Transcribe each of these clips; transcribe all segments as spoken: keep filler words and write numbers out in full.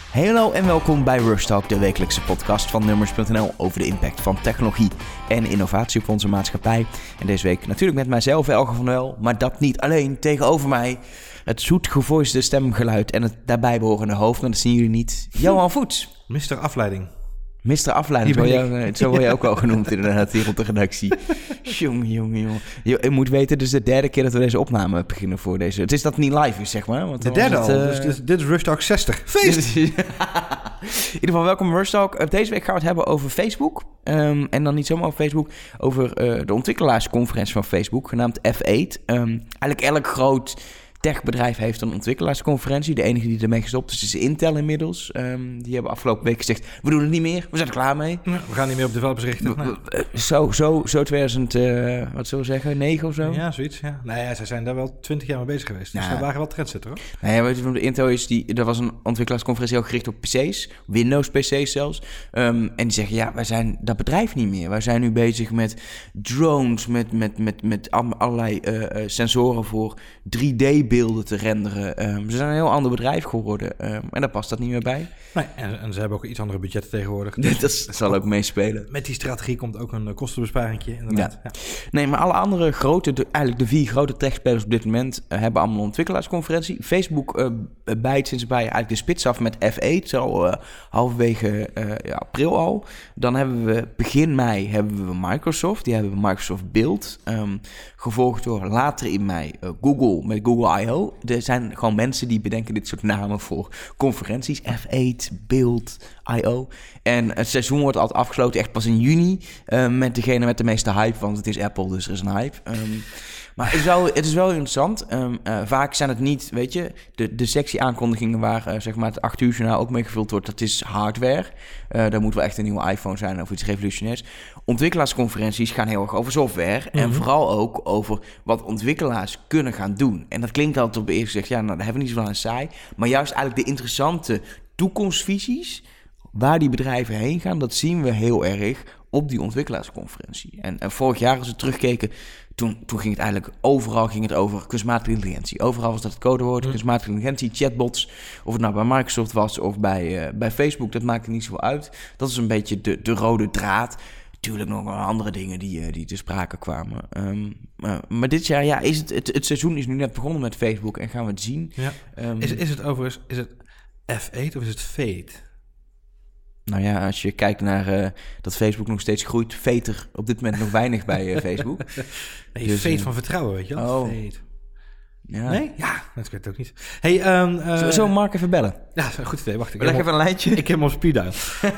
Hallo en welkom bij Rush Talk, de wekelijkse podcast van Numbers punt n l over de impact van technologie en innovatie op onze maatschappij. En deze week natuurlijk met mijzelf, Elger van Wel, maar dat niet alleen. Tegenover mij het zoetgevoiste stemgeluid en het daarbij behorende hoofd, maar dat zien jullie niet. Johan Voets. mister Afleiding. mister Afleiding, zo word, je, zo word je ook wel genoemd inderdaad hier op de redactie. Jongen, jongen, jongen. Je, je moet weten, dit is de derde keer dat we deze opname beginnen voor deze. Het is dat het niet live is, zeg maar. Want de derde het, al, uh, dus dit, dit is Rush Talk zestig. Feest! In ieder geval welkom Rush Talk. Deze week gaan we het hebben over Facebook. Um, en dan niet zomaar over Facebook, over uh, de ontwikkelaarsconferentie van Facebook, genaamd F acht. Um, eigenlijk elk groot techbedrijf heeft een ontwikkelaarsconferentie. De enige die ermee gestopt is, is Intel inmiddels. Um, die hebben afgelopen week gezegd, we doen het niet meer, we zijn er klaar mee. Ja, we gaan niet meer op developers richten. Nee. Zo, zo, zo tweeduizend, uh, wat zullen we zeggen, negen of zo? Ja, zoiets, ja. Nou ja, zij zijn daar wel twintig jaar mee bezig geweest. Dus ja. Zij waren wel trendsetter, hoor. Nou ja, weet je, de Intel is die, er was een ontwikkelaarsconferentie ook gericht op P C's, Windows P C's zelfs. Um, en die zeggen, ja, wij zijn dat bedrijf niet meer. Wij zijn nu bezig met drones, met, met, met, met allerlei uh, sensoren voor drie D-beelden te renderen. Um, ze zijn een heel ander bedrijf geworden. Um, en daar past dat niet meer bij. Nee, en, en ze hebben ook iets andere budgetten tegenwoordig. Dus dat zal ook meespelen. Met die strategie komt ook een kostenbesparingje, inderdaad. Ja. Ja. Nee, maar alle andere grote, de, eigenlijk de vier grote techspelers op dit moment uh, hebben allemaal een ontwikkelaarsconferentie. Facebook uh, bijt sinds bij eigenlijk de spits af met F acht, zo uh, halverwege uh, ja, april al. Dan hebben we begin mei hebben we Microsoft, die hebben we Microsoft Build. Um, gevolgd door later in mei uh, Google met Google I O. Er zijn gewoon mensen die bedenken dit soort namen voor conferenties. F acht, Build, I O. En het seizoen wordt altijd afgesloten echt pas in juni uh, met degene met de meeste hype, want het is Apple, dus er is een hype. Um, maar het is wel, het is wel interessant. Um, uh, vaak zijn het niet, weet je, de, de sexy aankondigingen waar uh, zeg maar het acht uur journaal ook mee gevuld wordt, dat is hardware. Uh, daar moet wel echt een nieuwe iPhone zijn of iets revolutionairs. Ontwikkelaarsconferenties gaan heel erg over software mm-hmm. en vooral ook over wat ontwikkelaars kunnen gaan doen. En dat klinkt altijd op de eerste gezicht, ja, nou, daar hebben we niet zoveel aan saai. Maar juist eigenlijk de interessante toekomstvisies, waar die bedrijven heen gaan, dat zien we heel erg op die ontwikkelaarsconferentie. En, en vorig jaar, als we terugkeken, toen, toen ging het eigenlijk overal ging het over kunstmatige intelligentie. Overal was dat het codewoord, mm. kunstmatige intelligentie, chatbots. Of het nou bij Microsoft was of bij, uh, bij Facebook, dat maakte niet zoveel uit. Dat is een beetje de, de rode draad. Tuurlijk nog wel andere dingen die, uh, die te sprake kwamen. Um, uh, maar dit jaar, ja, is het, het, het seizoen is nu net begonnen met Facebook en gaan we het zien. Ja. Um, is, is het overigens, is het F acht of is het Fate? Nou ja, als je kijkt naar uh, dat Facebook nog steeds groeit, veter op dit moment nog weinig bij uh, Facebook. Nee, dus, Fate uh, van vertrouwen, weet je wel? Oh. Fate. Ja. Nee? Ja, dat weet ik ook niet. Hey, um, uh, Zullen we Mark even bellen? Ja, dat is een goed idee. Wacht, ik leg even een lijntje. Ik heb hem op speed dial.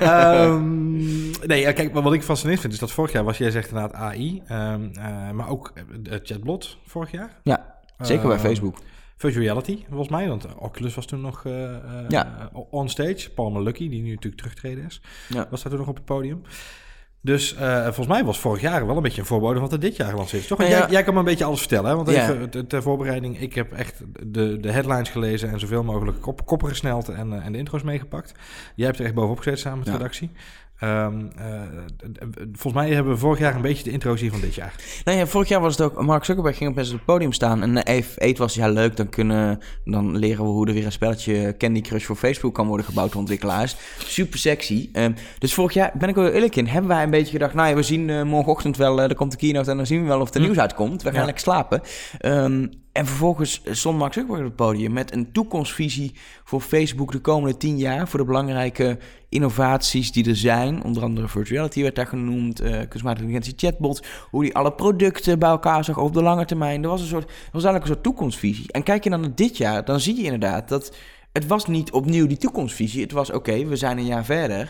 um, nee, ja, kijk, wat ik fascinerend vind is dat vorig jaar was, jij zegt inderdaad A I, um, uh, maar ook uh, chatbot vorig jaar. Ja, zeker uh, bij Facebook. Virtual reality, volgens mij, want Oculus was toen nog uh, ja. uh, on stage. Paul Malucchi, die nu natuurlijk teruggetreden is, ja. was daar toen nog op het podium. Dus uh, volgens mij was vorig jaar wel een beetje een voorbode van wat er dit jaar gelanceerd is. Toch? Ja, jij, jij kan me een beetje alles vertellen, hè? Want ja. even ter, ter voorbereiding, ik heb echt de, de headlines gelezen en zoveel mogelijk kop, koppen gesneld en, uh, en de intro's meegepakt. Jij hebt er echt bovenop gezeten samen met de ja. redactie. Um, uh, volgens mij hebben we vorig jaar een beetje de intro's hier van dit jaar. Nou ja, vorig jaar was het ook, Mark Zuckerberg ging op het podium staan en F acht was, ja leuk, dan kunnen, dan leren we hoe er weer een spelletje Candy Crush voor Facebook kan worden gebouwd door ontwikkelaars. Super sexy. Um, dus vorig jaar, ben ik wel eerlijk in, hebben wij een beetje gedacht, nou ja, we zien uh, morgenochtend wel, uh, er komt de keynote en dan zien we wel of er hm. nieuws uitkomt. We gaan ja. lekker slapen. Um, En vervolgens stond Mark Zuckerberg op het podium met een toekomstvisie voor Facebook de komende tien jaar. Voor de belangrijke innovaties die er zijn. Onder andere virtual reality werd daar genoemd. Uh, kunstmatige intelligentie, chatbots. Hoe die alle producten bij elkaar zag op de lange termijn. Er was, een soort, er was eigenlijk een soort toekomstvisie. En kijk je dan naar dit jaar, dan zie je inderdaad dat het was niet opnieuw die toekomstvisie. Het was oké, okay, we zijn een jaar verder.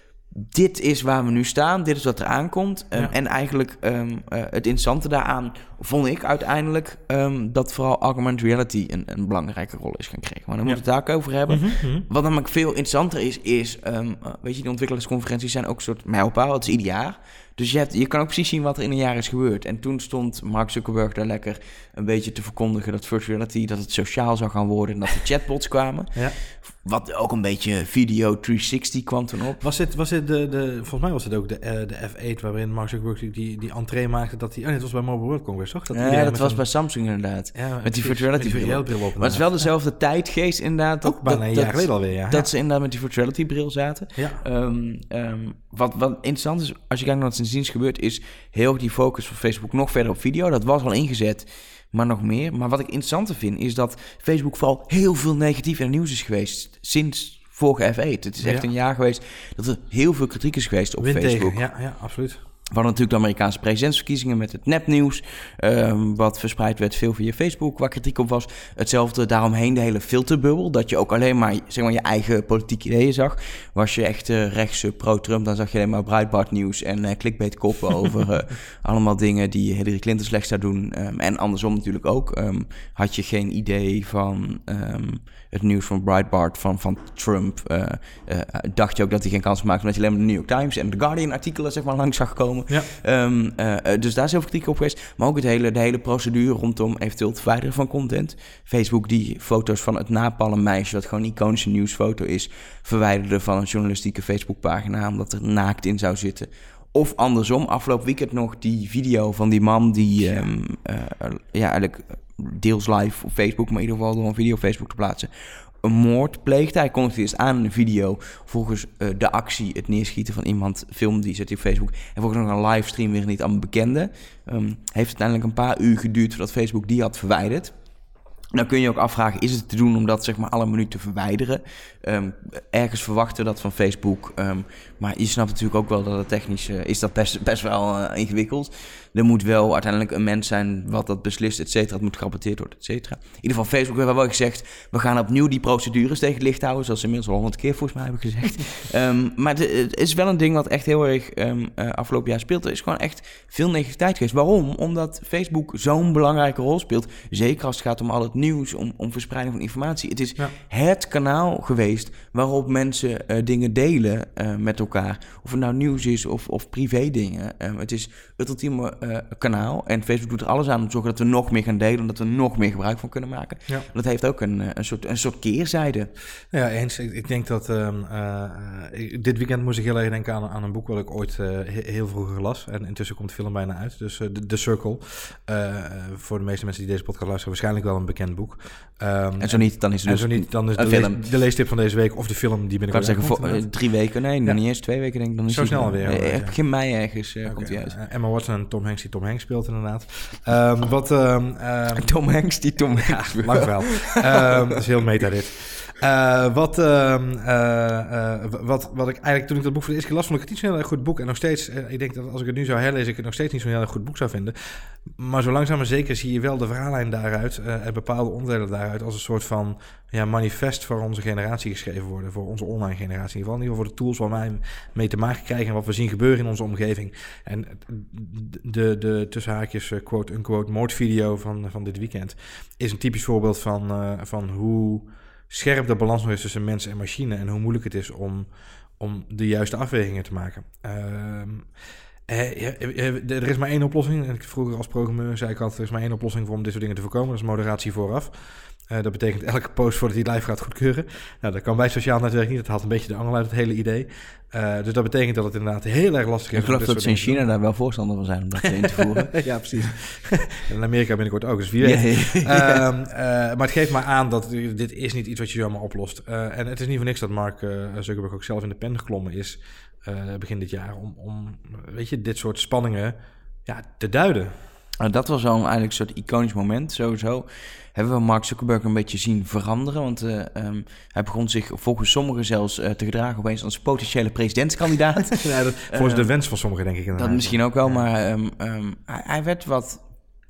Dit is waar we nu staan, dit is wat er aankomt. Um, ja. En eigenlijk um, uh, het interessante daaraan vond ik uiteindelijk um, dat vooral augmented reality een, een belangrijke rol is gaan krijgen. Maar dan ja. moeten we het daar ook over hebben. Mm-hmm. Wat namelijk veel interessanter is, is um, uh, weet je, de ontwikkelingsconferenties zijn ook een soort mijlpaal. Het is ieder jaar. Dus je, hebt, je kan ook precies zien wat er in een jaar is gebeurd. En toen stond Mark Zuckerberg daar lekker een beetje te verkondigen dat virtual reality, dat het sociaal zou gaan worden en dat de chatbots kwamen. Ja. Wat ook een beetje video driehonderdzestig kwam toen op. Was dit, was dit de, de, volgens mij was het ook de, uh, de F acht waarin Mark Zuckerberg die, die entree maakte. Dat die, oh nee, het was bij Mobile World Congress, toch? Dat ja, dat was een, bij Samsung inderdaad. Ja, met, met die virtuality bril. bril op. Maar het is wel dezelfde ja. tijdgeest inderdaad. Ook dat, bijna een dat, jaar geleden alweer, ja. Dat ja. ze inderdaad met die virtuality bril zaten. Ja. Um, um, wat, wat interessant is, als je kijkt naar wat sindsdien is gebeurd, is heel die focus van Facebook nog verder op video. Dat was al ingezet, maar nog meer. Maar wat ik interessanter vind, is dat Facebook vooral heel veel negatief in het nieuws is geweest sinds vorige F acht. Het is echt ja. een jaar geweest dat er heel veel kritiek is geweest op Wind Facebook. Tegen. Ja, ja, absoluut. We hadden natuurlijk de Amerikaanse presidentsverkiezingen met het nepnieuws, um, wat verspreid werd veel via Facebook, waar kritiek op was. Hetzelfde daaromheen de hele filterbubbel, dat je ook alleen maar, zeg maar je eigen politieke ideeën zag. Was je echt uh, rechts uh, pro-Trump, dan zag je alleen maar Breitbart nieuws en uh, clickbait koppen over uh, allemaal dingen die Hillary Clinton slecht zou doen. Um, en andersom natuurlijk ook. Um, had je geen idee van um, het nieuws van Breitbart, van, van Trump, uh, uh, dacht je ook dat hij geen kans maakte, omdat je alleen maar de New York Times en The Guardian artikelen zeg maar langs zag komen. Ja. Um, uh, dus daar is heel veel kritiek op geweest. Maar ook het hele, de hele procedure rondom eventueel het verwijderen van content. Facebook die foto's van het napalm meisje, wat gewoon een iconische nieuwsfoto is, verwijderde van een journalistieke Facebookpagina, omdat er naakt in zou zitten. Of andersom, afgelopen weekend nog die video van die man die um, uh, ja, eigenlijk deels live op Facebook, maar in ieder geval door een video op Facebook te plaatsen, een moord pleegde. Hij kondigde eerst aan in een video. Volgens uh, de actie, het neerschieten van iemand, filmde die, zet hij op Facebook. En volgens nog een livestream weer niet allemaal bekende. Um, heeft uiteindelijk een paar uur geduurd voordat Facebook die had verwijderd. Dan kun je ook afvragen, is het te doen om dat zeg maar alle minuten te verwijderen? Um, ergens verwachten dat van Facebook. Um, maar je snapt natuurlijk ook wel dat het technisch uh, is dat best, best wel uh, ingewikkeld. Er moet wel uiteindelijk een mens zijn wat dat beslist, et cetera. Het moet gerapporteerd worden, et cetera. In ieder geval, Facebook heeft wel gezegd, we gaan opnieuw die procedures tegen het licht houden. Zoals ze inmiddels al honderd keer volgens mij hebben gezegd. um, maar de, het is wel een ding wat echt heel erg um, uh, afgelopen jaar speelt. Er is gewoon echt veel negativiteit geweest. Waarom? Omdat Facebook zo'n belangrijke rol speelt. Zeker als het gaat om al het nieuws, om, om verspreiding van informatie. Het is ja. het kanaal geweest waarop mensen uh, dingen delen uh, met elkaar. Of het nou nieuws is of, of privé dingen. Um, het is het ultieme uh, kanaal. En Facebook doet er alles aan om te zorgen dat we nog meer gaan delen. Dat we nog meer gebruik van kunnen maken. Ja. Dat heeft ook een, een, soort, een soort keerzijde. Ja, eens. Ik, ik denk dat... Um, uh, ik, dit weekend moest ik heel erg denken aan, aan een boek wat ik ooit uh, heel vroeger las. En intussen komt de film bijna uit. Dus uh, The, The Circle. Uh, voor de meeste mensen die deze podcast luisteren, waarschijnlijk wel een bekend boek. Um, en zo niet, dan is het dus zo niet, dan is de, lees, de leestip van deze week of de film die binnenkort zeggen voor, uh, drie weken, nee, nog ja. niet eens twee weken denk ik. Dan is zo snel alweer. Nee, ja. Begin mei ergens uh, okay. komt hij uit. Uh, Emma Watson en Tom Hanks die Tom Hanks speelt inderdaad. Um, wat, um, um, Tom Hanks die Tom Hanks ja, lang verhaal. um, dat is heel meta dit. Uh, wat, uh, uh, uh, wat, wat ik eigenlijk toen ik dat boek voor de eerste keer las, vond ik het niet zo'n heel erg goed boek. En nog steeds, uh, ik denk dat als ik het nu zou herlezen, ik het nog steeds niet zo'n heel erg goed boek zou vinden. Maar zo langzaam maar zeker zie je wel de verhaallijn daaruit uh, en bepaalde onderdelen daaruit als een soort van ja, manifest voor onze generatie geschreven worden. Voor onze online generatie in ieder geval. In ieder geval voor de tools waar wij mee te maken krijgen en wat we zien gebeuren in onze omgeving. En de, de tussen haakjes uh, quote-unquote moordvideo van, van dit weekend is een typisch voorbeeld van, uh, van hoe scherp de balans nog is tussen mens en machine en hoe moeilijk het is om, om de juiste afwegingen te maken. Uh, uh, er is maar één oplossing. En vroeger als programmeur zei ik altijd, er is maar één oplossing voor om dit soort dingen te voorkomen. Dat is moderatie vooraf. Uh, dat betekent elke post voordat hij live gaat goedkeuren. Nou, dat kan bij sociaal netwerk niet. Dat haalt een beetje de angel uit het hele idee. Uh, dus dat betekent dat het inderdaad heel erg lastig is. Ik geloof dat ze in China daar wel voorstander van zijn om dat in te voeren. Ja, precies. En in Amerika binnenkort ook, dus wie weet. Ja, ja. Um, uh, maar het geeft maar aan dat dit is niet iets wat je zomaar oplost. Uh, en het is niet voor niks dat Mark uh, Zuckerberg ook zelf in de pen geklommen is uh, begin dit jaar. Om, om weet je, dit soort spanningen ja, te duiden. Nou, dat was al eigenlijk een soort iconisch moment, sowieso. Hebben we Mark Zuckerberg een beetje zien veranderen. Want uh, um, hij begon zich volgens sommigen zelfs uh, te gedragen opeens als potentiële presidentskandidaat. ja, dat, volgens uh, de wens van sommigen denk ik inderdaad. Dat misschien ook wel, ja. maar um, um, hij, hij werd wat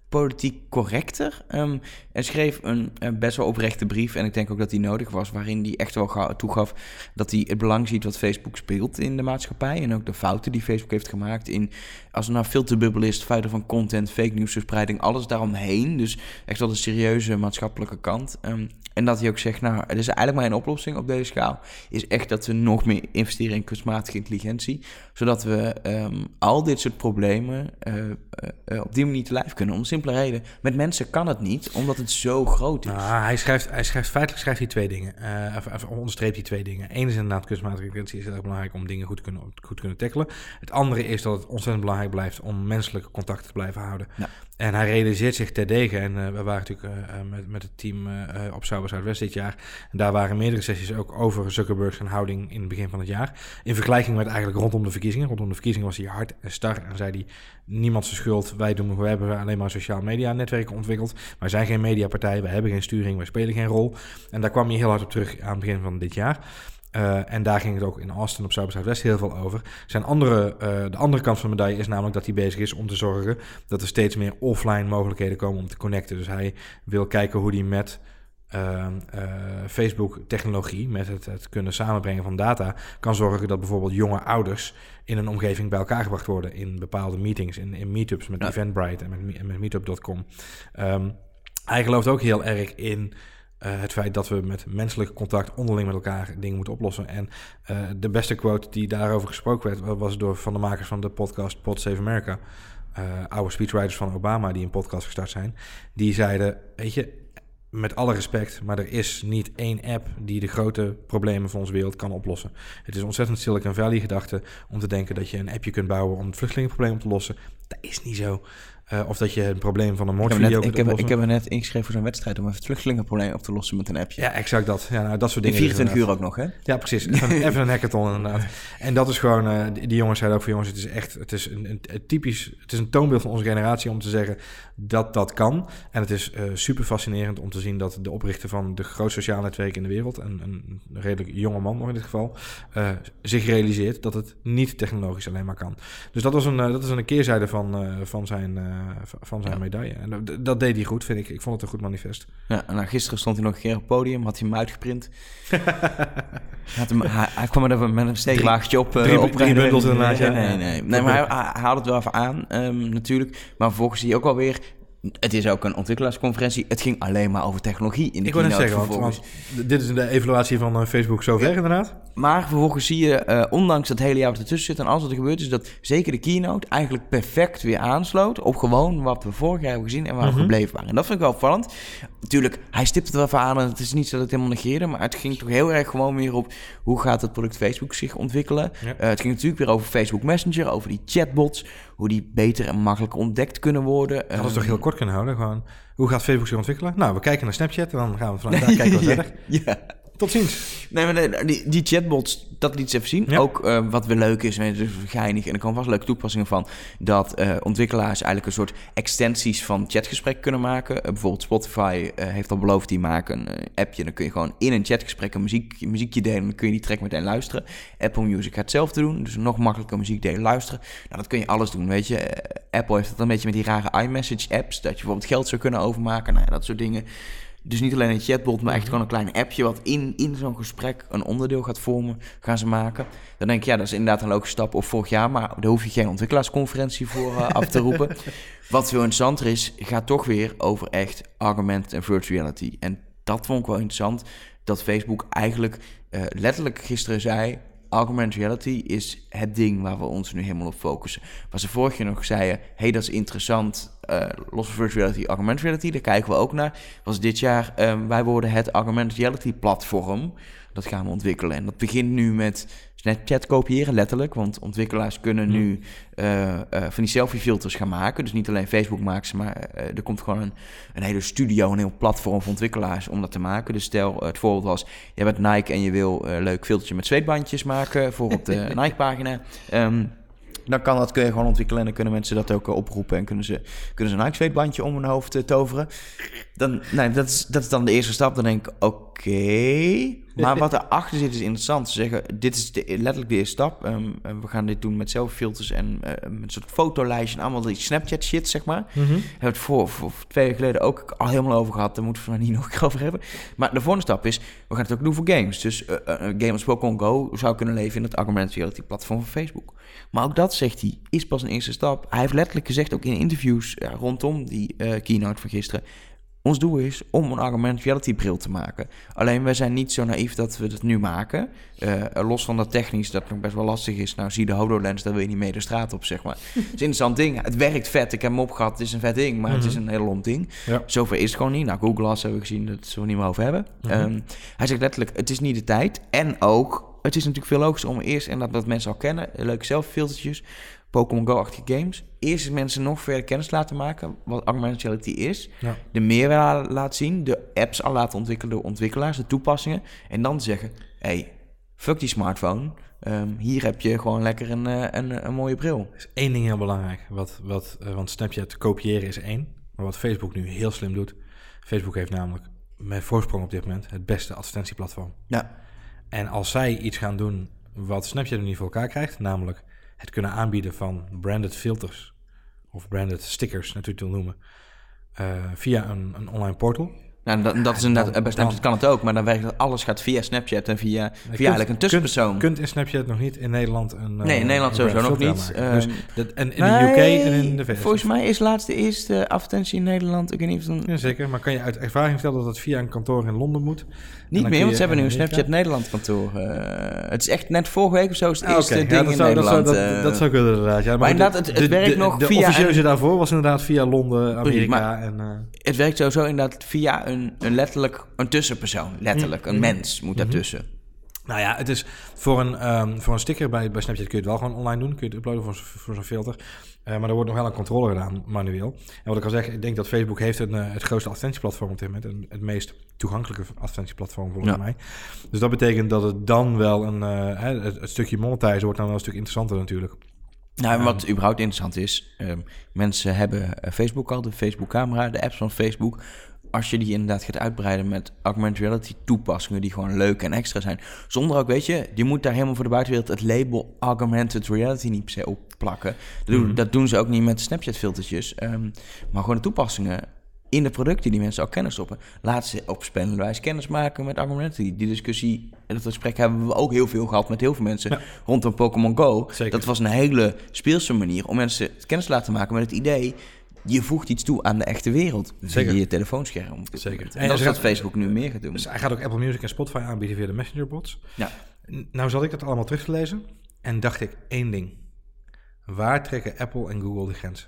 politiek correcter. Um, en schreef een uh, best wel oprechte brief. En ik denk ook dat die nodig was. Waarin hij echt wel ga- toegaf dat hij het belang ziet wat Facebook speelt in de maatschappij. En ook de fouten die Facebook heeft gemaakt. In, als er nou filterbubbel is, het feiten van content, fake nieuwsverspreiding, alles daaromheen. Dus echt wel de serieuze maatschappelijke kant. Um, en dat hij ook zegt, nou, er is eigenlijk maar één oplossing op deze schaal. Is echt dat we nog meer investeren in kunstmatige intelligentie. Zodat we um, al dit soort problemen uh, uh, uh, op die manier te lijf kunnen. Om een simpele reden. Met mensen kan het niet, omdat het zo groot is. Nou, hij, schrijft, hij schrijft feitelijk schrijft hij twee dingen. Uh, of, of onderstreept hij twee dingen. Eén is inderdaad kunstmatige intelligentie is heel erg belangrijk om dingen goed te kunnen, goed te kunnen tackelen. Het andere is dat het ontzettend belangrijk blijft om menselijke contacten te blijven houden. Ja. En hij realiseert zich terdege, en uh, we waren natuurlijk uh, met, met het team uh, op Sauber Zuidwest dit jaar. En daar waren meerdere sessies ook over Zuckerberg's houding in het begin van het jaar. In vergelijking met eigenlijk rondom de verkiezingen. Rondom de verkiezingen was hij hard en star en zei hij, niemand zijn schuld. Wij doen, we hebben alleen maar sociale media netwerken ontwikkeld. Wij zijn geen mediapartij, wij hebben geen sturing, wij spelen geen rol. En daar kwam hij heel hard op terug aan het begin van dit jaar. Uh, en daar ging het ook in Austin op Sauber Zuidwest heel veel over. Zijn andere, uh, de andere kant van de medaille is namelijk dat hij bezig is om te zorgen dat er steeds meer offline mogelijkheden komen om te connecten. Dus hij wil kijken hoe hij met uh, uh, Facebook-technologie, met het, het kunnen samenbrengen van data, kan zorgen dat bijvoorbeeld jonge ouders in een omgeving bij elkaar gebracht worden in bepaalde meetings, in, in meetups met ja. Eventbrite en met, met meetup punt com. Um, hij gelooft ook heel erg in Uh, het feit dat we met menselijk contact onderling met elkaar dingen moeten oplossen. En uh, de beste quote die daarover gesproken werd, was door van de makers van de podcast Pod Save America. Uh, oude speechwriters van Obama die een podcast gestart zijn. Die zeiden, weet je, met alle respect, maar er is niet één app die de grote problemen van onze wereld kan oplossen. Het is ontzettend Silicon Valley gedachte om te denken dat je een appje kunt bouwen om het vluchtelingenprobleem op te lossen. Dat is niet zo. Uh, of dat je het probleem van een moordvideo kunt ik heb, ik heb me net ingeschreven voor zo'n wedstrijd om even het vluchtelingenprobleem op te lossen met een appje. Ja, exact dat. Ja, nou, dat soort dingen. In vierentwintig uur ook nog, hè? Ja, precies. Even, even een hackathon inderdaad. En dat is gewoon, uh, die, die jongens zeiden ook van jongens, het is echt, het is een, een, een typisch, het is een toonbeeld van onze generatie om te zeggen dat dat kan. En het is uh, super fascinerend om te zien dat de oprichter van de grootste sociale netwerken in de wereld, een, een redelijk jonge man nog in dit geval, uh, zich realiseert dat het niet technologisch alleen maar kan. Dus dat was een, uh, dat is een keerzijde van, uh, van zijn, uh, van zijn ja. medaille. En dat, dat deed hij goed, vind ik. Ik vond het een goed manifest. Ja, en nou, gisteren stond hij nog een keer op het podium, had hij hem uitgeprint. had hem, hij, hij kwam er met een steekwagentje op. Uh, drie, op drie bundels inderdaad, nee, ja. Nee, nee, nee. nee maar hij, hij haalde het wel even aan, um, natuurlijk. Maar vervolgens zie je ook alweer, het is ook een ontwikkelaarsconferentie. Het ging alleen maar over technologie in de ik keynote. Ik wil net zeggen, want, want dit is de evaluatie van uh, Facebook zover ja. inderdaad. Maar vervolgens zie je, uh, ondanks dat hele jaar wat ertussen zit en alles wat er gebeurt, is dat zeker de keynote eigenlijk perfect weer aansloot op gewoon wat we vorig jaar hebben gezien en waar we mm-hmm. gebleven waren. En dat vind ik wel opvallend. Natuurlijk, hij stipt het wel even aan en het is niet dat het helemaal negeerde, maar het ging toch heel erg gewoon weer op hoe gaat het product Facebook zich ontwikkelen. Ja. Uh, het ging natuurlijk weer over Facebook Messenger, over die chatbots, hoe die beter en makkelijker ontdekt kunnen worden. Dat is toch heel kort kunnen houden, gewoon. Hoe gaat Facebook zich ontwikkelen? Nou, we kijken naar Snapchat en dan gaan we vanuit daar kijken we ja, verder. Ja. Tot ziens. Nee, maar nee, die, die chatbots, dat liet ze even zien. Ja. Ook uh, wat weer leuk is, en dus geinig, en er komen vast leuke toepassingen van, dat uh, ontwikkelaars eigenlijk een soort extensies van chatgesprek kunnen maken. Uh, bijvoorbeeld Spotify uh, heeft al beloofd, die maken een uh, appje, dan kun je gewoon in een chatgesprek een muziek, muziekje delen, dan kun je die track meteen luisteren. Apple Music gaat hetzelfde doen, dus nog makkelijker muziek delen, luisteren. Nou, dat kun je alles doen, weet je. Uh, Apple heeft het een beetje met die rare iMessage apps, dat je bijvoorbeeld geld zou kunnen overmaken, nou ja, dat soort dingen. Dus niet alleen een chatbot, maar echt gewoon een klein appje wat in, in zo'n gesprek een onderdeel gaat vormen, gaan ze maken. Dan denk ik, ja, dat is inderdaad een leuke stap op vorig jaar, maar daar hoef je geen ontwikkelaarsconferentie voor uh, af te roepen. Wat veel interessanter is, gaat toch weer over echt augmented en virtual reality. En dat vond ik wel interessant, dat Facebook eigenlijk uh, letterlijk gisteren zei, augmented reality is het ding waar we ons nu helemaal op focussen. Waar ze vorig jaar nog zeiden, hey, dat is interessant, uh, los van virtual reality, augmented reality, daar kijken we ook naar. Was dit jaar, um, wij worden het augmented reality platform, dat gaan we ontwikkelen. En dat begint nu met Snapchat kopiëren, letterlijk, want ontwikkelaars kunnen hmm. nu uh, uh, van die selfie-filters gaan maken. Dus niet alleen Facebook maken ze, maar uh, er komt gewoon een, een hele studio, een heel platform voor ontwikkelaars om dat te maken. Dus stel, uh, het voorbeeld was, je bent Nike en je wil een uh, leuk filtertje met zweetbandjes maken voor op de Nike-pagina. Um, Dan kan dat, kun je gewoon ontwikkelen en dan kunnen mensen dat ook uh, oproepen en kunnen ze, kunnen ze een Nike-zweetbandje om hun hoofd uh, toveren. Dan, nee, dat, is, dat is dan de eerste stap. Dan denk ik, oké, okay. Maar wat erachter zit is interessant. Ze zeggen, dit is de, letterlijk de eerste stap. Um, we gaan dit doen met selfie-filters en uh, met een soort fotolijstje en allemaal die Snapchat shit, zeg maar. Mm-hmm. Daar hebben we het voor, voor, voor twee jaar geleden ook al helemaal over gehad. Daar moeten we het niet nog een keer over hebben. Maar de volgende stap is, we gaan het ook doen voor games. Dus uh, uh, een game als Pokémon Go zou kunnen leven in het augmented reality platform van Facebook. Maar ook dat, zegt hij, is pas een eerste stap. Hij heeft letterlijk gezegd, ook in interviews uh, rondom die uh, keynote van gisteren, ons doel is om een augmented reality bril te maken. Alleen wij zijn niet zo naïef dat we het nu maken. Uh, los van dat technisch dat nog best wel lastig is. Nou, zie de HoloLens, daar wil je niet mee de straat op, zeg maar. Het is een interessant ding. Het werkt vet. Ik heb hem opgehad. Het is een vet ding, maar mm-hmm. het is een heel lomp ding. Ja. Zover is het gewoon niet. Nou, Google Glass hebben we gezien, dat zullen we niet meer over hebben. Mm-hmm. Um, hij zegt letterlijk, het is niet de tijd. En ook, het is natuurlijk veel logischer om eerst, en dat, dat mensen al kennen, leuke selfie-filtertjes, Pokémon Go-achtige games. Eerst mensen nog verder kennis laten maken wat augmented reality is. Ja. De meerwaarde laten zien. De apps al laten ontwikkelen door ontwikkelaars. De toepassingen. En dan zeggen, hey, fuck die smartphone. Um, hier heb je gewoon lekker een, een, een mooie bril. Er is één ding heel belangrijk. Wat, wat, uh, want Snapchat kopiëren is één. Maar wat Facebook nu heel slim doet. Facebook heeft namelijk met voorsprong op dit moment het beste advertentieplatform. Ja. En als zij iets gaan doen wat Snapchat nu niet voor elkaar krijgt, namelijk het kunnen aanbieden van branded filters of branded stickers, natuurlijk te noemen, uh, via een, een online portal. Nou, dat, dat is inderdaad, bij Snapchat kan het ook, maar dan werkt dat alles gaat via Snapchat en via, via kunt, eigenlijk een tussenpersoon. Je kunt in Snapchat nog niet in Nederland een Nee, in Nederland sowieso nog niet. Uh, dus dat, en in nee, de U K en in de V S. Volgens mij is laatst de eerste advertentie in Nederland. Ik weet niet of het een... Ja, zeker, maar kan je uit ervaring vertellen dat het via een kantoor in Londen moet? Niet meer, want ze hebben nu een Snapchat Nederland kantoor. Uh, het is echt net vorige week of zo is het ah, eerste okay. ding ja, in zou, Nederland. Dat zou, dat, dat zou kunnen inderdaad. Ja, maar maar inderdaad, het, het de, werkt de, nog de via... De officieuze daarvoor was inderdaad via Londen, Amerika. Maar, en, uh... Het werkt sowieso inderdaad via een, een letterlijk, een tussenpersoon. Letterlijk, mm-hmm. een mens moet daartussen. Nou ja, het is voor een, um, voor een sticker bij, bij Snapchat kun je het wel gewoon online doen. Kun je het uploaden voor, voor zo'n filter. Uh, maar er wordt nog wel een controle gedaan, manueel. En wat ik al zeg, ik denk dat Facebook heeft een, uh, het grootste advertentieplatform op dit moment. En het meest toegankelijke advertentieplatform volgens ja. mij. Dus dat betekent dat het dan wel een... Uh, het, het stukje monetizen wordt dan wel een stuk interessanter natuurlijk. Nou, en wat um, überhaupt interessant is, um, mensen hebben uh, Facebook al, de Facebook-camera, de apps van Facebook. Als je die inderdaad gaat uitbreiden met augmented reality toepassingen die gewoon leuk en extra zijn. Zonder ook, weet je, je moet daar helemaal voor de buitenwereld het label augmented reality niet per se op plakken. Dat, mm-hmm. doen, dat doen ze ook niet met Snapchat filtertjes. Um, maar gewoon de toepassingen in de producten die mensen al kennis stoppen. Laat ze op spannende wijze kennis maken met augmented reality. Die discussie en dat gesprek hebben we ook heel veel gehad met heel veel mensen ja. rondom Pokémon Go. Zeker. Dat was een hele speelse manier om mensen kennis te laten maken met het idee... Je voegt iets toe aan de echte wereld via je telefoonscherm. Zeker. En, en dat is wat Facebook nu meer gaat doen. Dus hij gaat ook Apple Music en Spotify aanbieden via de Messenger bots. Ja. Nou zat ik dat allemaal terug te lezen en dacht ik één ding. Waar trekken Apple en Google de grens?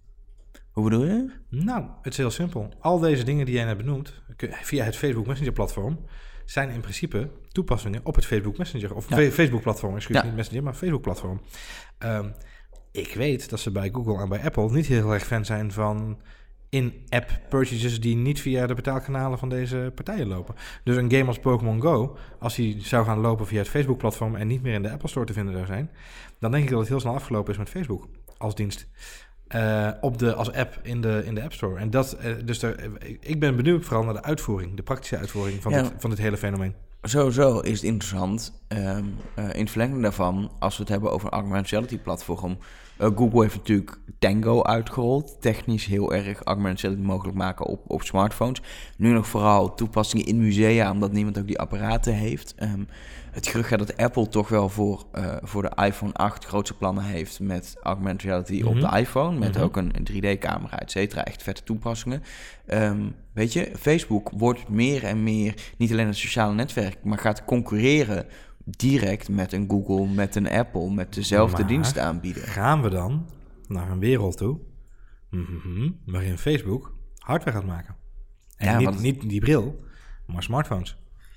Hoe bedoel je? Nou, het is heel simpel. Al deze dingen die jij net benoemt, via het Facebook Messenger platform, zijn in principe toepassingen op het Facebook Messenger. Of ja. Facebook platform, excuus, ja. niet Messenger, maar Facebook platform. Um, Ik weet dat ze bij Google en bij Apple niet heel erg fan zijn van in-app purchases die niet via de betaalkanalen van deze partijen lopen. Dus een game als Pokémon Go, als die zou gaan lopen via het Facebook-platform en niet meer in de Apple Store te vinden zou zijn, dan denk ik dat het heel snel afgelopen is met Facebook als dienst. Uh, op de, als app in de, in de App Store. En dat, uh, dus er, ik ben benieuwd vooral naar de uitvoering, de praktische uitvoering van, ja. dit, van dit hele fenomeen. Sowieso is het interessant. Um, uh, in het verlengde daarvan, als we het hebben over een augmented reality platform. Uh, Google heeft natuurlijk Tango uitgerold. Technisch heel erg augmented reality mogelijk maken op, op smartphones. Nu nog vooral toepassingen in musea, omdat niemand ook die apparaten heeft. Um, het gerucht gaat dat Apple toch wel voor, uh, voor de iPhone acht grootste plannen heeft met augmented reality mm-hmm. op de iPhone. Met mm-hmm. ook een, een drie D-camera, et cetera. Echt vette toepassingen. Um, weet je, Facebook wordt meer en meer niet alleen een sociale netwerk, maar gaat concurreren direct met een Google, met een Apple, met dezelfde maar diensten aanbieden. Gaan we dan naar een wereld toe mm-hmm, waarin Facebook hardware gaat maken? En ja, niet, want... niet die bril, maar smartphones.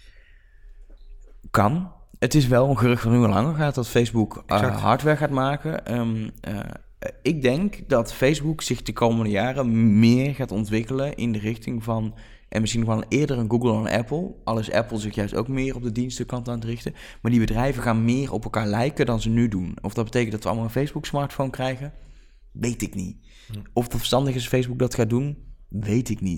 Kan. Het is wel een gerucht van nu al langer gaat dat Facebook uh, hardware gaat maken. Um, uh, ik denk dat Facebook zich de komende jaren meer gaat ontwikkelen in de richting van, en misschien wel eerder een Google dan een Apple. Al is Apple zich juist ook meer op de dienstenkant aan het richten. Maar die bedrijven gaan meer op elkaar lijken dan ze nu doen. Of dat betekent dat we allemaal een Facebook-smartphone krijgen? Weet ik niet. Of het verstandig is Facebook dat gaat doen? Weet ik niet.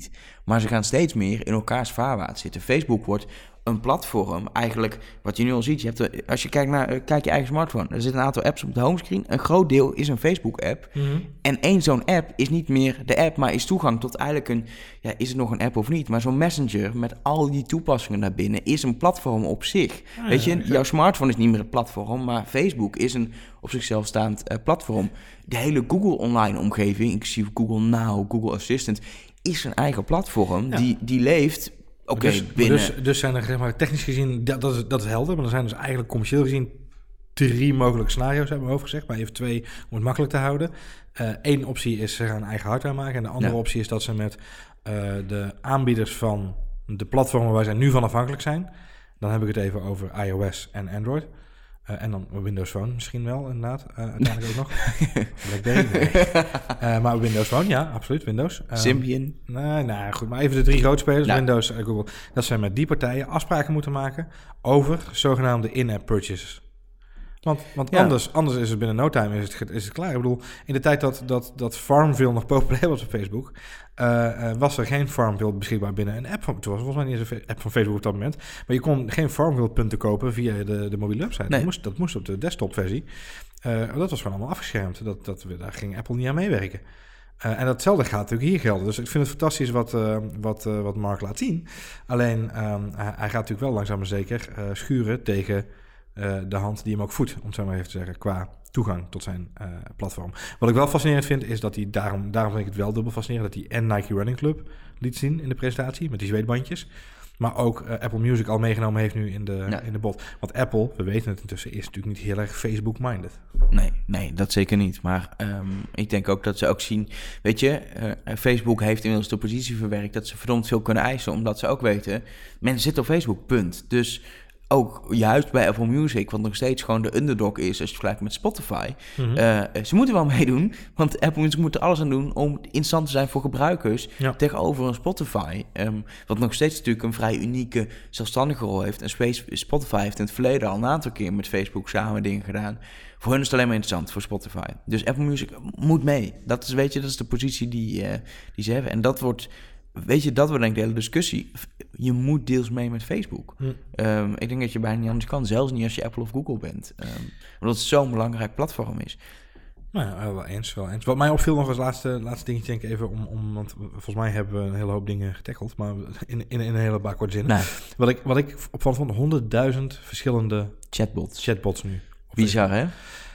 Maar ze gaan steeds meer in elkaars vaarwater zitten. Facebook wordt een platform, eigenlijk wat je nu al ziet. Je hebt er, als je kijkt naar, kijk je eigen smartphone, er zitten een aantal apps op de homescreen. Een groot deel is een Facebook-app. Mm-hmm. En één zo'n app is niet meer de app, maar is toegang tot eigenlijk een, ja, is het nog een app of niet? Maar zo'n Messenger met al die toepassingen naar binnen is een platform op zich. Ah, Weet je, ja, jouw smartphone is niet meer het platform, maar Facebook is een op zichzelf staand uh, platform. De hele Google online omgeving, inclusief Google Now, Google Assistant, is een eigen platform ja. die, die leeft. Oké, okay, dus, dus, dus zijn er zeg maar, technisch gezien, dat, dat, is, dat is helder, maar er zijn dus eigenlijk commercieel gezien drie mogelijke scenario's, hebben we over gezegd, maar even twee om het makkelijk te houden. Eén uh, optie is ze gaan eigen hardware maken en de andere ja. optie is dat ze met uh, de aanbieders van de platformen waar zij nu van afhankelijk zijn, dan heb ik het even over iOS en Android. Uh, en dan Windows Phone misschien wel, inderdaad. Uh, uiteindelijk ook nog. BlackBerry, nee. uh, maar Windows Phone, ja, absoluut, Windows. Um, Symbian. Nee, nou goed, maar even de drie grootspelers, nou. Windows en uh, Google. Dat zijn met die partijen afspraken moeten maken over zogenaamde in-app purchases. Want, want ja. anders, anders is het binnen no time is het, is het klaar. Ik bedoel, in de tijd dat, dat, dat Farmville nog populair was op Facebook, uh, uh, was er geen Farmville beschikbaar binnen een app van. Toen was volgens mij niet eens een app van Facebook op dat moment. Maar je kon geen Farmville punten kopen via de, de mobiele website. Nee. Dat, moest, dat moest op de desktopversie. Uh, dat was gewoon allemaal afgeschermd. Dat, dat, daar ging Apple niet aan meewerken. Uh, en datzelfde gaat natuurlijk hier gelden. Dus ik vind het fantastisch wat, uh, wat, uh, wat Mark laat zien. Alleen, um, hij, hij gaat natuurlijk wel langzaam maar zeker uh, schuren tegen Uh, de hand die hem ook voedt, om het zo maar even te zeggen, qua toegang tot zijn uh, platform. Wat ik wel fascinerend vind, is dat hij, daarom, daarom vind ik het wel dubbel fascinerend, dat hij en Nike Running Club liet zien in de presentatie, met die zweetbandjes, maar ook uh, Apple Music al meegenomen heeft nu in de, ja. in de bot. Want Apple, we weten het intussen, is natuurlijk niet heel erg Facebook-minded. Nee, nee, dat zeker niet. Maar um, ik denk ook dat ze ook zien, weet je, uh, Facebook heeft inmiddels de positie verwerkt dat ze verdomd veel kunnen eisen, omdat ze ook weten, mensen zitten op Facebook, punt. Dus ook juist bij Apple Music, wat nog steeds gewoon de underdog is als je het vergelijkt met Spotify. Mm-hmm. Uh, ze moeten wel meedoen, want Apple Music moet er alles aan doen om interessant te zijn voor gebruikers ja. tegenover een Spotify. Um, wat nog steeds natuurlijk een vrij unieke, zelfstandige rol heeft. En Spotify heeft in het verleden al een aantal keer met Facebook samen dingen gedaan. Voor hun is het alleen maar interessant, voor Spotify. Dus Apple Music moet mee. Dat is, weet je, dat is de positie die, uh, die ze hebben. En dat wordt... Weet je, dat wordt denk ik de hele discussie. Je moet deels mee met Facebook. Hm. Um, ik denk dat je bijna niet anders kan. Zelfs niet als je Apple of Google bent. Um, omdat het zo'n belangrijk platform is. Nou ja, wel eens, wel eens. Wat mij opviel nog als laatste, laatste dingetje, denk ik even om, om... Want volgens mij hebben we een hele hoop dingen getackeld. Maar in, in, in een hele paar korte zinnen. Nee. Wat ik, wat ik opvallend vond, honderdduizend verschillende... Chatbots. Chatbots nu. Bizar, hè?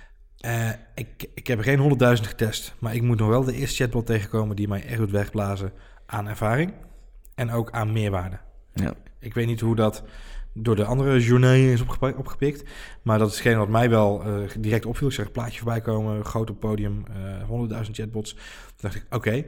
Uh, ik, ik heb er geen honderdduizend getest. Maar ik moet nog wel de eerste chatbot tegenkomen die mij echt doet wegblazen aan ervaring en ook aan meerwaarde. Ja. Ik weet niet hoe dat door de andere journalen is opgepikt, opgepikt, maar dat is hetgeen wat mij wel uh, direct opviel. Ik zag een plaatje voorbij komen, groot op podium, uh, honderdduizend chatbots. Toen dacht ik, oké, okay,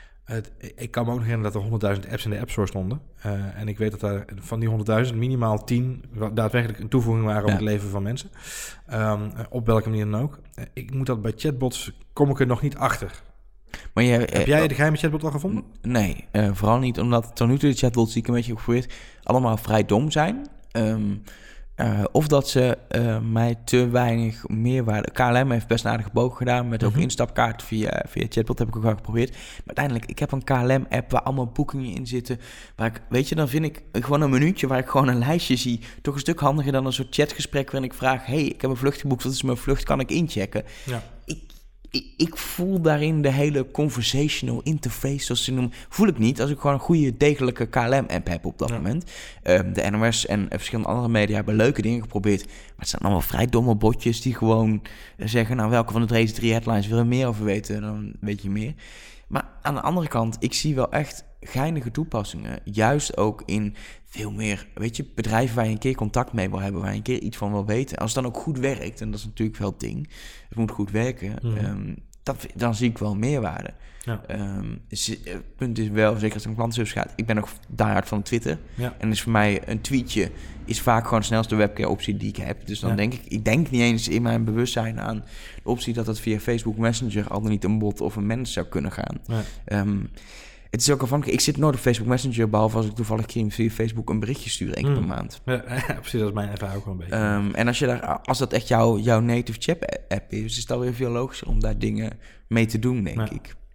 ik kan me ook nog herinneren dat er honderdduizend apps in de App Store stonden. Uh, en ik weet dat er van die honderdduizend minimaal tien daadwerkelijk een toevoeging waren op ja. het leven van mensen. Um, op welke manier dan ook. Uh, ik moet dat bij chatbots, kom ik er nog niet achter. Maar je, Heb jij de geheime chatbot al gevonden? Nee, uh, vooral niet omdat tot nu toe de chatbots die ik een beetje heb geprobeerd allemaal vrij dom zijn. Um, uh, of dat ze uh, mij te weinig meerwaarde... K L M heeft best een aardige boog gedaan met ook mm-hmm. instapkaart via, via chatbot heb ik ook wel geprobeerd. Maar uiteindelijk, ik heb een K L M-app waar allemaal boekingen in zitten. Waar ik, weet je, dan vind ik gewoon een minuutje waar ik gewoon een lijstje zie. Toch een stuk handiger dan een soort chatgesprek waarin ik vraag... hey, ik heb een vlucht geboekt, wat is mijn vlucht, kan ik inchecken? Ja. Ik, Ik, ik voel daarin de hele conversational interface, zoals ze noemen, voel ik niet als ik gewoon een goede, degelijke K L M-app heb op dat ja. moment. Um, de N O S en verschillende andere media hebben leuke dingen geprobeerd, maar het zijn allemaal vrij domme botjes die gewoon zeggen, nou, welke van de deze drie headlines wil je meer over weten, dan weet je meer. Maar aan de andere kant, ik zie wel echt geinige toepassingen. Juist ook in veel meer, weet je, bedrijven waar je een keer contact mee wil hebben, waar je een keer iets van wil weten. Als het dan ook goed werkt, en dat is natuurlijk wel het ding, het moet goed werken, mm-hmm. um, dat, dan zie ik wel meerwaarde. Ja. Um, het punt is wel, zeker als het om klantenservice gaat, ik ben ook diehard van Twitter. Ja. En is voor mij een tweetje is vaak gewoon de snelste webcare optie die ik heb. Dus dan ja. denk ik, ik denk niet eens in mijn bewustzijn aan de optie dat het via Facebook Messenger al dan niet een bot of een mens zou kunnen gaan. Ja. Um, het is ook afhankelijk. Ik zit nooit op Facebook Messenger, behalve als ik toevallig via Facebook een berichtje stuur, één keer mm. per maand. Ja, precies, dat is mijn ervaring ook wel een beetje. Um, en als je daar, als dat echt jouw, jouw native chat app is, is het alweer veel logischer om daar dingen mee te doen, denk ja. ik.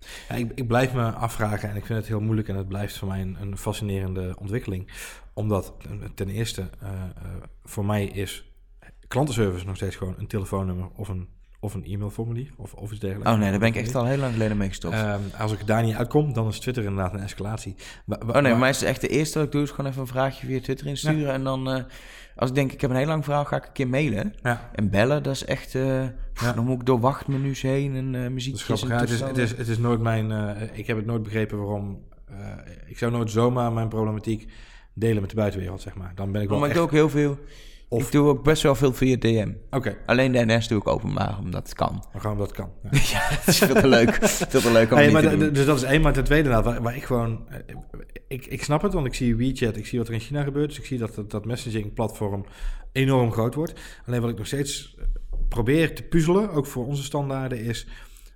Ja, ik, ik blijf me afvragen en ik vind het heel moeilijk en het blijft voor mij een, een fascinerende ontwikkeling. Omdat ten eerste uh, uh, voor mij is klantenservice nog steeds gewoon een telefoonnummer of een, of een e-mailformulier of, of iets dergelijks. Oh nee, daar ben ik echt al heel lang geleden mee gestopt. Uh, als ik daar niet uitkom, dan is Twitter inderdaad een escalatie. Wa- wa- oh nee, wa- voor mij is het echt de eerste wat ik doe, is gewoon even een vraagje via Twitter insturen. Ja. En dan, uh, als ik denk, ik heb een heel lang verhaal, ga ik een keer mailen. Ja. En bellen, dat is echt, uh, ja. dan moet ik door wachtmenu's heen en uh, muziekjes. En het, is, het, is, het is nooit mijn, uh, ik heb het nooit begrepen waarom, uh, ik zou nooit zomaar mijn problematiek delen met de buitenwereld, zeg maar. Dan ben ik wel maar echt... ik doe ook heel veel... Of... Ik doe ook best wel veel via D M. Oké. Okay. Alleen de N S doe ik openbaar, omdat het kan. Maar gewoon omdat het kan. Ja, ja dat is veel te leuk. veel te leuk om hey, niet maar te de, doen. Dus dat is één, maar ten tweede waar, waar ik gewoon... Ik, ik snap het, want ik zie WeChat, ik zie wat er in China gebeurt. Dus ik zie dat dat, dat messaging-platform enorm groot wordt. Alleen wat ik nog steeds probeer te puzzelen, ook voor onze standaarden, is...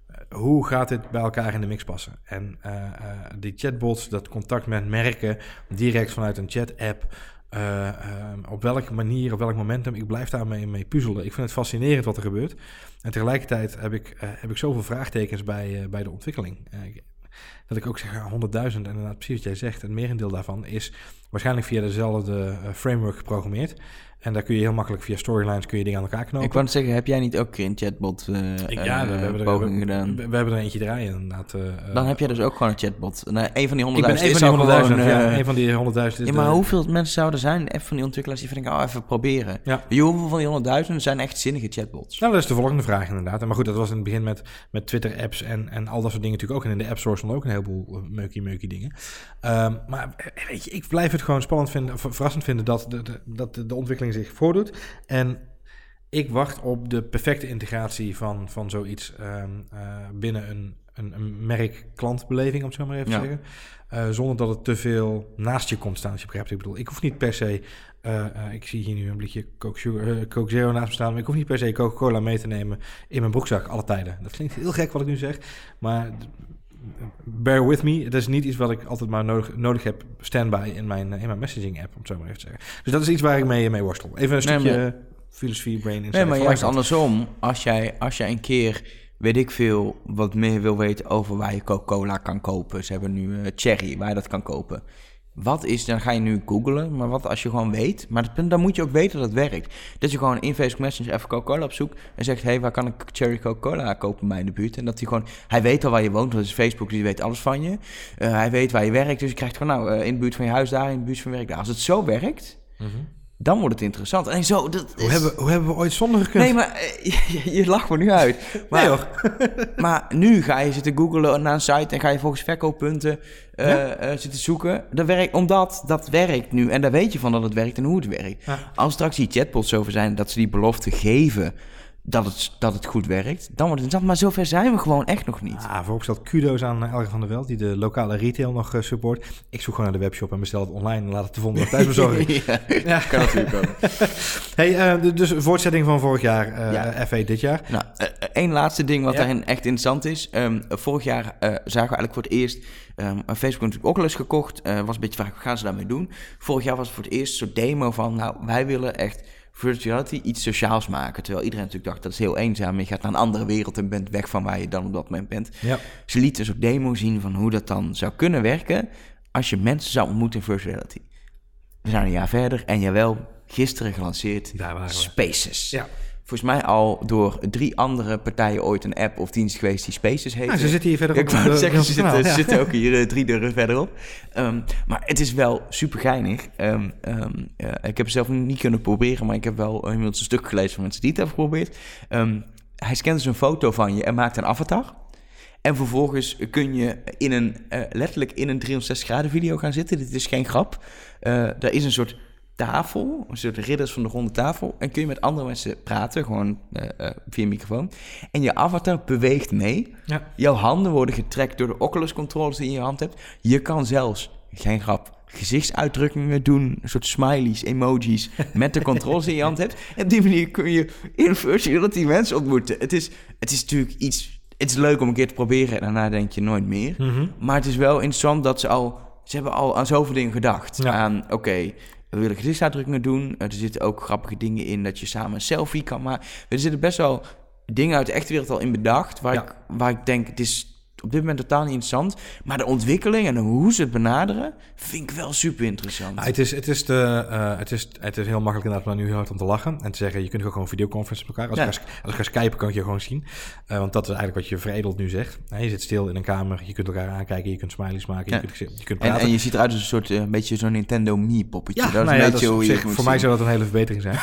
Hoe gaat dit bij elkaar in de mix passen? En uh, uh, die chatbots, dat contact met merken, direct vanuit een chat-app... Uh, uh, op welke manier, op welk momentum, ik blijf daarmee mee puzzelen. Ik vind het fascinerend wat er gebeurt. En tegelijkertijd heb ik, uh, heb ik zoveel vraagtekens bij, uh, bij de ontwikkeling. Uh, ik, dat ik ook zeg, honderdduizend, en inderdaad precies wat jij zegt, een merendeel daarvan is waarschijnlijk via dezelfde uh, framework geprogrammeerd. En daar kun je heel makkelijk via storylines kun je dingen aan elkaar knopen. Ik wou net zeggen, heb jij niet ook een keer een chatbot uh, ik, ja, uh, we, hebben er, we, gedaan? We, we hebben er eentje draaien inderdaad. Uh, Dan heb jij dus ook gewoon een chatbot. Nou, een van die honderdduizend is al gewoon... Uh, ja, een van die honderdduizend Ja, maar de... hoeveel mensen zouden zijn? Even van die ontwikkelaars die denken, oh, even proberen. Ja. Hoeveel van die honderdduizend zijn echt zinnige chatbots? Nou, dat is de volgende vraag inderdaad. Maar goed, dat was in het begin met, met Twitter-apps en, en al dat soort dingen natuurlijk ook. En in de App Store stonden ook een heleboel meukie-meukie dingen. Um, maar weet je, ik blijf het gewoon spannend vinden, verrassend vinden dat de, de, dat de ontwikkeling zich voordoet. En ik wacht op de perfecte integratie van, van zoiets um, uh, binnen een, een, een merk-klantbeleving, om het zo maar even te ja. zeggen. Uh, zonder dat het te veel naast je komt staan, als je begrijpt wat ik bedoel. Ik hoef niet per se, uh, uh, ik zie hier nu een blikje Coke, Sugar, uh, Coke Zero naast me staan, maar ik hoef niet per se Coca-Cola mee te nemen in mijn broekzak, alle tijden. Dat klinkt heel gek wat ik nu zeg, maar... Bear with me. Het is niet iets wat ik altijd maar nodig, nodig heb standby in mijn, in mijn messaging app, om het zo maar even te zeggen. Dus dat is iets waar ik mee, mee worstel. Even een stukje nee, maar, filosofie, brain insight. Nee, maar juist andersom. Als jij, als jij een keer, weet ik veel, wat meer wil weten over waar je Coca-Cola kan kopen. Ze hebben nu uh, Cherry, waar je dat kan kopen. Wat is, dan ga je nu googlen, maar wat als je gewoon weet, maar dat punt, dan moet je ook weten dat het werkt. Dat je gewoon in Facebook Messenger even Coca-Cola opzoekt en zegt, hé, hey, waar kan ik Cherry Coca-Cola kopen bij mij in de buurt? En dat hij gewoon, hij weet al waar je woont, want het is Facebook, dus die weet alles van je. Uh, hij weet waar je werkt, dus je krijgt gewoon, nou, uh, in de buurt van je huis daar, in de buurt van je werk daar. Als het zo werkt... Mm-hmm. Dan wordt het interessant. En zo, dat is... hoe, hebben, hoe hebben we ooit zonder gekund? Nee, maar uh, je, je lacht me nu uit. Maar, nee hoor. Maar nu ga je zitten googlen naar een site en ga je volgens verkooppunten uh, ja? uh, zitten zoeken. Dat werkt, omdat dat werkt nu. En daar weet je van dat het werkt en hoe het werkt. Ja. Als straks die chatbots zover zijn dat ze die belofte geven... Dat het, dat het goed werkt, dan wordt het interessant. Maar zover zijn we gewoon echt nog niet. Ja, vooropgesteld kudo's aan Elge van der Veld, die de lokale retail nog uh, support. Ik zoek gewoon naar de webshop en bestel het online en laat het de volgende dag thuis bezorgen. ja, ja, kan natuurlijk ook. Hey, uh, dus voortzetting van vorig jaar, uh, ja. F A dit jaar. Nou, één uh, laatste ding wat ja. daarin echt interessant is. Um, vorig jaar uh, zagen we eigenlijk voor het eerst... Um, Facebook natuurlijk Oculus gekocht. Uh, was een beetje vraag, wat gaan ze daarmee doen? Vorig jaar was het voor het eerst een soort demo van... Nou, wij willen echt... virtual reality iets sociaals maken. Terwijl iedereen natuurlijk dacht, dat is heel eenzaam. Je gaat naar een andere wereld en bent weg van waar je dan op dat moment bent. Ja. Ze lieten dus ook demo zien van hoe dat dan zou kunnen werken... als je mensen zou ontmoeten in virtual reality. We zijn een jaar verder en jawel, gisteren gelanceerd Spaces. Ja. Volgens mij al door drie andere partijen ooit een app of dienst geweest die Spaces heet. Nou, ze zitten hier verderop. Ik wou de, zeggen, ze zitten, ja. zitten ook hier uh, drie deuren verderop. Um, maar het is wel super geinig. Um, um, uh, ik heb het zelf niet kunnen proberen, maar ik heb wel inmiddels een stuk gelezen van mensen die het hebben geprobeerd. Um, hij scant dus een foto van je en maakt een avatar. En vervolgens kun je in een, uh, letterlijk in een driehonderdzestig graden video gaan zitten. Dit is geen grap. Uh, er is een soort... tafel, een soort ridders van de ronde tafel... en kun je met andere mensen praten, gewoon uh, uh, via een microfoon. En je avatar beweegt mee. Ja. Jouw handen worden getrackt door de Oculus controllers die je in je hand hebt. Je kan zelfs, geen grap, gezichtsuitdrukkingen doen... een soort smileys, emojis, met de controllers in je hand hebt. En op die manier kun je in virtual reality mensen ontmoeten. Het is, het is natuurlijk iets... Het is leuk om een keer te proberen en daarna denk je nooit meer. Mm-hmm. Maar het is wel interessant dat ze al... Ze hebben al aan zoveel dingen gedacht. Ja. Aan, oké... Okay, we willen gezichtsuitdrukkingen doen. Er zitten ook grappige dingen in dat je samen een selfie kan maken. Er zitten best wel dingen uit de echte wereld al in bedacht... waar, ja. ik, waar ik denk, het is op dit moment totaal niet interessant. Maar de ontwikkeling en hoe ze het benaderen, vind ik wel super interessant. Nou, het, is, het, is de, uh, het, is, het is heel makkelijk inderdaad maar nu heel hard om te lachen. En te zeggen, je kunt gewoon videoconferences met elkaar. Als, ja. ik, ga, als ik ga skypen, kan ik je gewoon zien. Uh, want dat is eigenlijk wat je veredeld nu zegt. Uh, je zit stil in een kamer, je kunt elkaar aankijken, je kunt smileys maken, ja. je, kunt, je kunt praten. En, en je ziet eruit als een soort, uh, een beetje zo'n Nintendo Mii-poppetje. Ja, dat is nou een ja, beetje dat hoe is je zich, voor mij zou dat een hele verbetering zijn.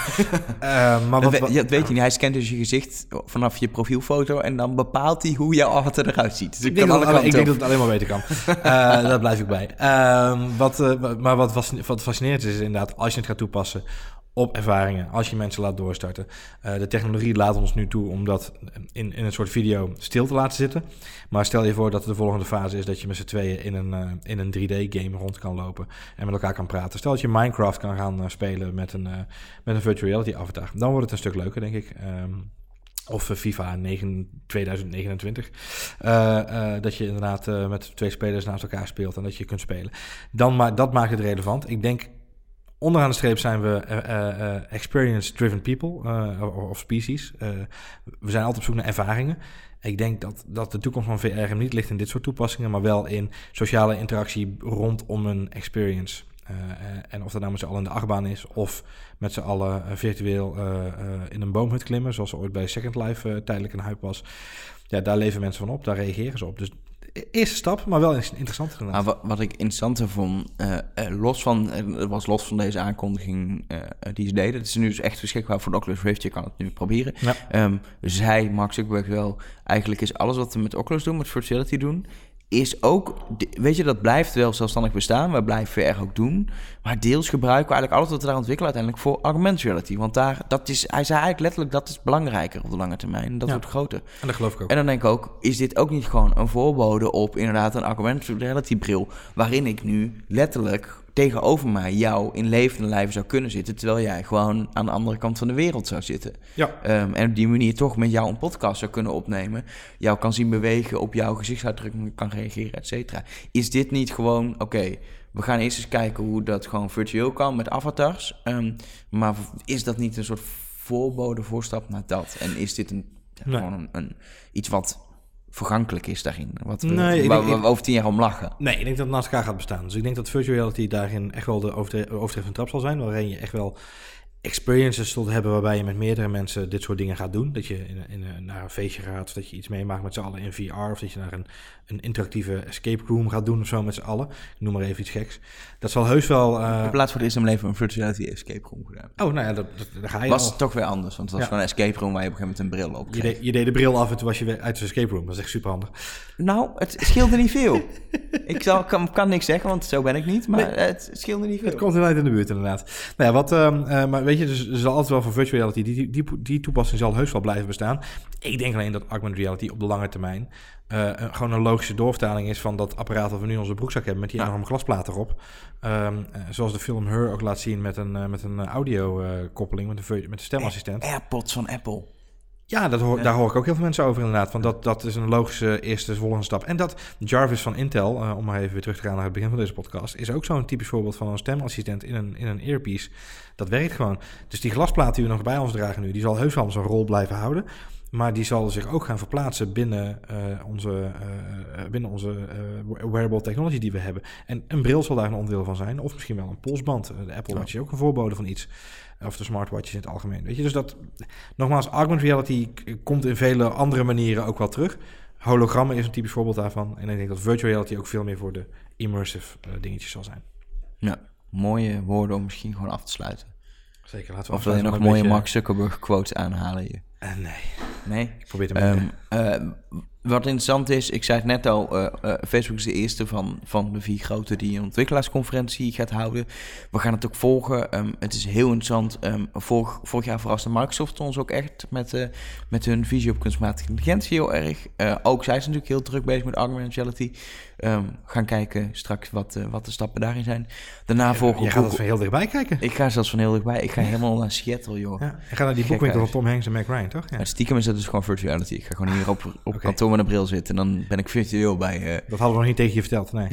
uh, maar wat, wat, ja, dat weet je niet. Hij scant dus je gezicht vanaf je profielfoto en dan bepaalt hij hoe jouw avatar eruit ziet. Dus ik denk, dat, ik denk dat het alleen maar beter kan. uh, daar blijf ik bij. Uh, wat, uh, maar wat, was, wat fascinerend is, is inderdaad, als je het gaat toepassen op ervaringen, als je mensen laat doorstarten. Uh, de technologie laat ons nu toe om dat in, in een soort video stil te laten zitten. Maar stel je voor dat de volgende fase is dat je met z'n tweeën in een, uh, in een drie D-game rond kan lopen en met elkaar kan praten. Stel dat je Minecraft kan gaan uh, spelen met een, uh, met een virtual reality avatar. Dan wordt het een stuk leuker, denk ik. Um, Of FIFA negen, tweeduizend negenentwintig. Uh, uh, dat je inderdaad uh, met twee spelers naast elkaar speelt en dat je kunt spelen. Dan ma- dat maakt het relevant. Ik denk, onderaan de streep zijn we uh, uh, experience-driven people uh, of species. Uh, we zijn altijd op zoek naar ervaringen. Ik denk dat, dat de toekomst van V R niet ligt in dit soort toepassingen, maar wel in sociale interactie rondom een experience. Uh, en of dat nou met z'n allen in de achtbaan is of met z'n allen uh, virtueel uh, uh, in een boomhut klimmen, zoals ooit bij Second Life uh, tijdelijk een hype was. Ja, daar leven mensen van op, daar reageren ze op. Dus eerste stap, maar wel interessant. Maar wat, wat ik interessanter vond, uh, uh, los van, het uh, was los van deze aankondiging uh, die ze deden. Het is nu dus echt beschikbaar voor de Oculus Rift. Je kan het nu proberen. Ja. Um, zij, Mark Zuckerberg wel, eigenlijk is alles wat we met Oculus doen, met virtuality doen, is ook, weet je, dat blijft wel zelfstandig bestaan. We blijven V R ook doen. Maar deels gebruiken we eigenlijk alles wat we daar ontwikkelen uiteindelijk voor augmented reality. Want daar, dat is, hij zei eigenlijk letterlijk, dat is belangrijker op de lange termijn. Dat ja. wordt groter. En dat geloof ik ook. En dan denk ik ook, is dit ook niet gewoon een voorbode op inderdaad een augmented reality bril, waarin ik nu letterlijk tegenover mij jou in levende lijven zou kunnen zitten, terwijl jij gewoon aan de andere kant van de wereld zou zitten. Ja. Um, en op die manier toch met jou een podcast zou kunnen opnemen, jou kan zien bewegen, op jouw gezichtsuitdrukking kan reageren, et cetera. Is dit niet gewoon, oké, okay, we gaan eerst eens kijken hoe dat gewoon virtueel kan met avatars, um, maar is dat niet een soort voorbode, voorstap naar dat? En is dit een, ja, nee. gewoon een, een, iets wat vergankelijk is daarin? Wat we, nee, waar denk, we over tien jaar om lachen. Nee, ik denk dat het naast elkaar gaat bestaan. Dus ik denk dat virtual reality daarin echt wel de overtreffende trap zal zijn, waarin je echt wel experiences zult hebben waarbij je met meerdere mensen dit soort dingen gaat doen. Dat je in, in, in, naar een feestje gaat, of dat je iets meemaakt met z'n allen in V R, of dat je naar een, een interactieve escape room gaat doen of zo met z'n allen. Ik noem maar even iets geks. Dat zal heus wel... Uh... In plaats van het eerst in mijn leven een virtual reality escape room gedaan. Oh, nou ja, dat, dat, daar ga je was al. Het toch weer anders, want het was ja. gewoon een escape room waar je op een gegeven moment een bril op kreeg. Je deed, je deed de bril af en toen was je weer uit de escape room. Dat is echt super handig. Nou, het scheelde niet veel. Ik zal, kan, kan niks zeggen, want zo ben ik niet, maar nee, het scheelde niet veel. Het komt inderdaad in de buurt, inderdaad. Nou ja, wat, uh, uh, maar weet je, dus er zal altijd wel voor virtual reality, die, die, die, die toepassing zal heus wel blijven bestaan. Ik denk alleen dat augmented reality op de lange termijn uh, gewoon een logische doorvertaling is van dat apparaat dat we nu in onze broekzak hebben met die ja. enorme glasplaat erop. Um, uh, zoals de film Her ook laat zien met een, uh, met een audio uh, koppeling, met een, met een stemassistent. AirPods van Apple. Ja, dat hoor, ja, daar hoor ik ook heel veel mensen over inderdaad. Van dat, dat is een logische eerste volgende stap. En dat Jarvis van Intel, uh, om maar even weer terug te gaan naar het begin van deze podcast, is ook zo'n typisch voorbeeld van een stemassistent in een, in een earpiece. Dat werkt gewoon. Dus die glasplaat die we nog bij ons dragen nu, die zal heus wel zijn rol blijven houden. Maar die zal zich ook gaan verplaatsen binnen uh, onze, uh, binnen onze uh, wearable technology die we hebben. En een bril zal daar een onderdeel van zijn. Of misschien wel een polsband. De Apple Watch is ook een voorbode van iets. Of de smartwatches in het algemeen. Weet je, dus dat, nogmaals, augmented reality komt in vele andere manieren ook wel terug. Hologrammen is een typisch voorbeeld daarvan. En ik denk dat virtual reality ook veel meer voor de immersive uh, dingetjes zal zijn. Ja, mooie woorden om misschien gewoon af te sluiten. Zeker, laten we Of wil je nog mooie beetje... Mark Zuckerberg quotes aanhalen hier? Uh, nee. Nee? Ik probeer het um, uh, Wat interessant is, ik zei het net al, uh, uh, Facebook is de eerste van, van de vier grote die een ontwikkelaarsconferentie gaat houden. We gaan het ook volgen. Um, het is heel interessant. Um, vorig, vorig jaar verraste Microsoft ons ook echt met, uh, met hun visie op kunstmatige intelligentie heel erg. Uh, ook zij zijn natuurlijk heel druk bezig met augmented reality. Um, gaan kijken straks wat, uh, wat de stappen daarin zijn. Daarna ja, volgen... Je gaat het van heel dichtbij kijken. Ik ga zelfs van heel dichtbij. Ik ga helemaal naar Seattle, joh. Ja, je gaat naar die boekwinkel van Tom Hanks en Mac Ryan, toch? Ja. Maar stiekem is dat dus gewoon virtual reality. Ik ga gewoon hier op, op okay. kantoor met een bril zitten en dan ben ik virtueel bij... Uh... Dat hadden we nog niet tegen je verteld, nee.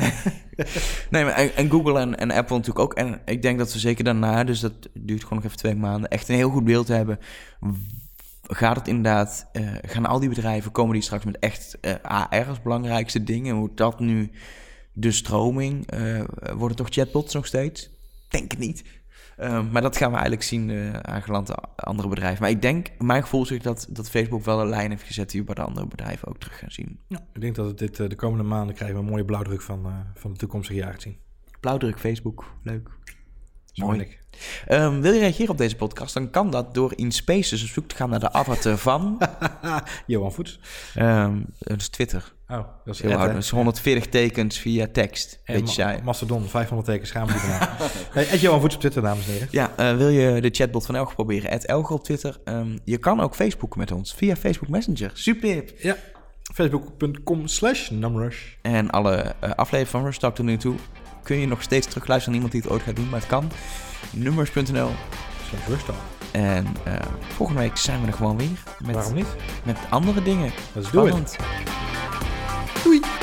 nee, maar en, en Google en, en Apple natuurlijk ook. En ik denk dat we zeker daarna, dus dat duurt gewoon nog even twee maanden, echt een heel goed beeld hebben gaat het inderdaad, uh, gaan al die bedrijven, komen die straks met echt uh, A R als belangrijkste dingen? Hoe dat nu de stroming, uh, worden het toch chatbots nog steeds? Denk het niet. Uh, maar dat gaan we eigenlijk zien uh, aangeland aan andere bedrijven. Maar ik denk, mijn gevoel is dat, dat Facebook wel een lijn heeft gezet die we bij de andere bedrijven ook terug gaan zien. Ja, ik denk dat het dit uh, de komende maanden krijgen we een mooie blauwdruk van, uh, van de toekomstige jaren te zien. Blauwdruk Facebook, leuk. Mooi. Um, wil je reageren op deze podcast? Dan kan dat door in Spaces op zoek te gaan naar de avatar van... Johan Voets. Um, dat is Twitter. Oh, dat is heel oud. Dat is honderdveertig tekens via tekst. En Ma- Mastodon, vijfhonderd tekens, gaan we die daarna. Hey, Johan Voets op Twitter, dames en heren. Ja, uh, wil je de chatbot van Elger proberen? At Elger op Twitter. Um, je kan ook Facebooken met ons via Facebook Messenger. Super hip. Ja, facebook.com slash numrush. En alle uh, afleveringen van Rush Talk tot nu toe kun je nog steeds terugluisteren aan iemand die het ooit gaat doen, maar het kan. Nummers punt n l slash Rush Talk. En uh, volgende week zijn we er gewoon weer. Met, Waarom niet? Met andere dingen. Dat is doei. Doei.